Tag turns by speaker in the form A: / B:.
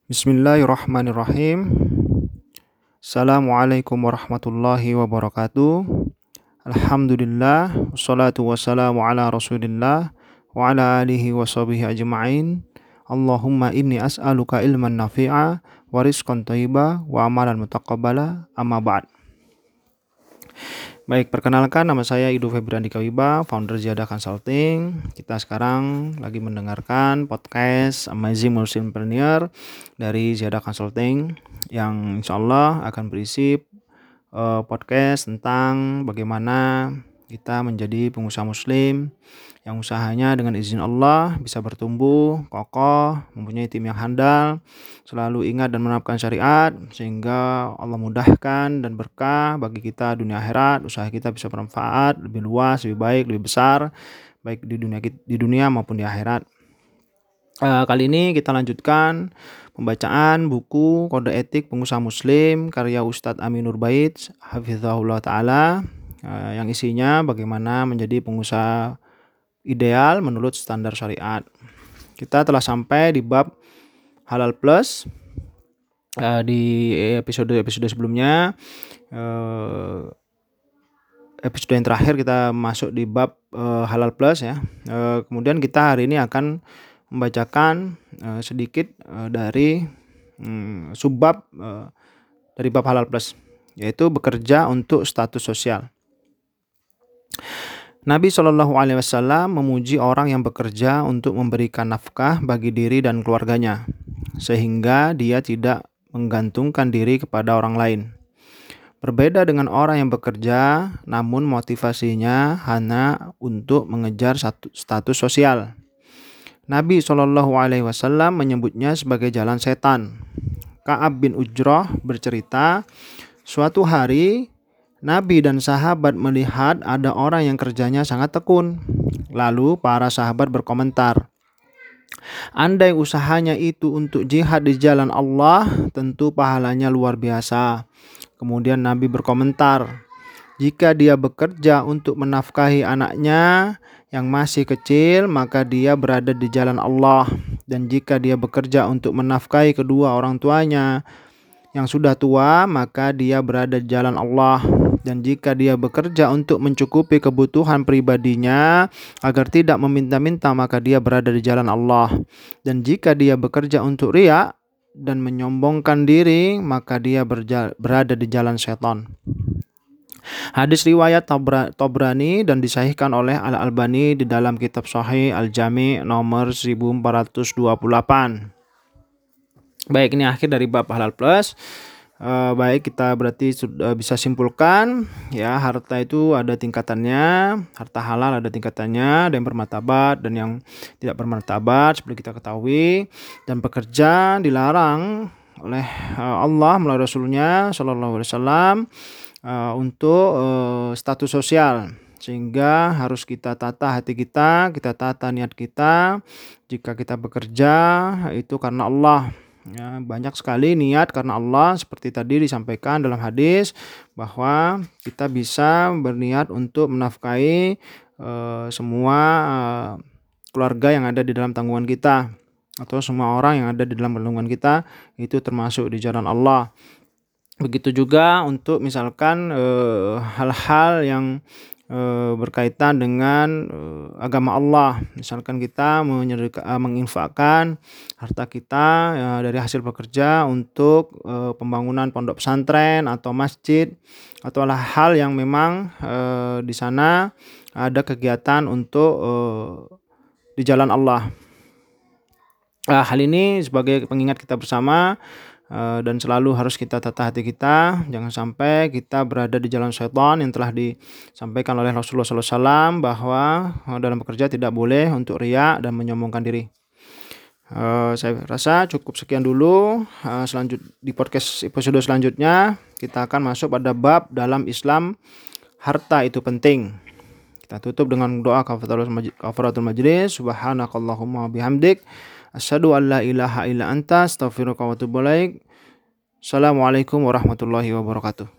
A: Bismillahirrahmanirrahim. Assalamualaikum warahmatullahi wabarakatuh. Alhamdulillah, wassalatu wassalamu ala rasulillah wa ala alihi wa sahbihi ajma'in. Allahumma inni as'aluka ilman nafi'a wa rizqan thayyiba wa amalan mutaqabbala, amma ba'd. Baik, perkenalkan, nama saya Ido Febrian Dikawiba, founder Ziyadah Consulting. Kita sekarang lagi mendengarkan podcast Amazing Muslimpreneur dari Ziyadah Consulting yang insya Allah akan berisi podcast tentang bagaimana kita menjadi pengusaha muslim yang usahanya dengan izin Allah bisa bertumbuh kokoh, mempunyai tim yang handal, selalu ingat dan menerapkan syariat sehingga Allah mudahkan dan berkah bagi kita dunia akhirat. Usaha kita bisa bermanfaat lebih luas, lebih baik, lebih besar, baik di dunia maupun di akhirat. Kali ini kita lanjutkan pembacaan buku Kode Etik Pengusaha Muslim karya Ustadz Aminur Bait hafizahullah ta'ala, yang isinya bagaimana menjadi pengusaha ideal menurut standar syariat. Kita telah sampai di bab halal plus. Di episode sebelumnya, episode yang terakhir kita masuk di bab halal plus ya. Kemudian kita hari ini akan membacakan sedikit dari subbab dari bab halal plus, yaitu bekerja untuk status sosial. Nabi SAW memuji orang yang bekerja untuk memberikan nafkah bagi diri dan keluarganya, sehingga dia tidak menggantungkan diri kepada orang lain. Berbeda dengan orang yang bekerja, namun motivasinya hanya untuk mengejar status sosial. Nabi SAW menyebutnya sebagai jalan setan. Ka'ab bin Ujrah bercerita, suatu hari Nabi dan sahabat melihat ada orang yang kerjanya sangat tekun. Lalu para sahabat berkomentar, andai usahanya itu untuk jihad di jalan Allah, tentu pahalanya luar biasa. Kemudian Nabi berkomentar, jika dia bekerja untuk menafkahi anaknya yang masih kecil, maka dia berada di jalan Allah. Dan jika dia bekerja untuk menafkahi kedua orang tuanya yang sudah tua, maka dia berada di jalan Allah. Dan jika dia bekerja untuk mencukupi kebutuhan pribadinya agar tidak meminta-minta, maka dia berada di jalan Allah. Dan jika dia bekerja untuk riya dan menyombongkan diri, maka dia berada di jalan setan. Hadis riwayat Tabrani dan disahihkan oleh Al-Albani di dalam kitab Sahih Al-Jami nomor 1428. Baik, ini akhir dari bab halal plus. Baik, kita berarti sudah bisa simpulkan ya, harta itu ada tingkatannya, harta halal ada tingkatannya, ada yang bermartabat dan yang tidak bermartabat seperti kita ketahui. Dan bekerja dilarang oleh Allah melalui Rasulnya Shallallahu Alaihi Wasallam untuk status sosial, sehingga harus kita tata hati kita tata niat kita. Jika kita bekerja itu karena Allah. Ya, banyak sekali niat karena Allah, seperti tadi disampaikan dalam hadis bahwa kita bisa berniat untuk menafkahi semua keluarga yang ada di dalam tanggungan kita, atau semua orang yang ada di dalam tanggungan kita, itu termasuk di jalan Allah. Begitu juga untuk misalkan hal-hal yang berkaitan dengan agama Allah. Misalkan kita menginfakkan harta kita dari hasil bekerja untuk pembangunan pondok pesantren atau masjid, atau hal yang memang di sana ada kegiatan untuk di jalan Allah. Hal ini sebagai pengingat kita bersama, dan selalu harus kita tata hati kita, jangan sampai kita berada di jalan syaitan yang telah disampaikan oleh Rasulullah SAW bahwa dalam bekerja tidak boleh untuk riya dan menyombongkan diri. Saya rasa cukup sekian dulu. Di podcast episode selanjutnya kita akan masuk pada bab dalam Islam harta itu penting. Kita tutup dengan doa kafaratul majlis. Subhanakallahumma bihamdik, asyhadu an la ilaha illa anta, astaghfiruka wa atubu ilaik. Assalamualaikum warahmatullahi wabarakatuh.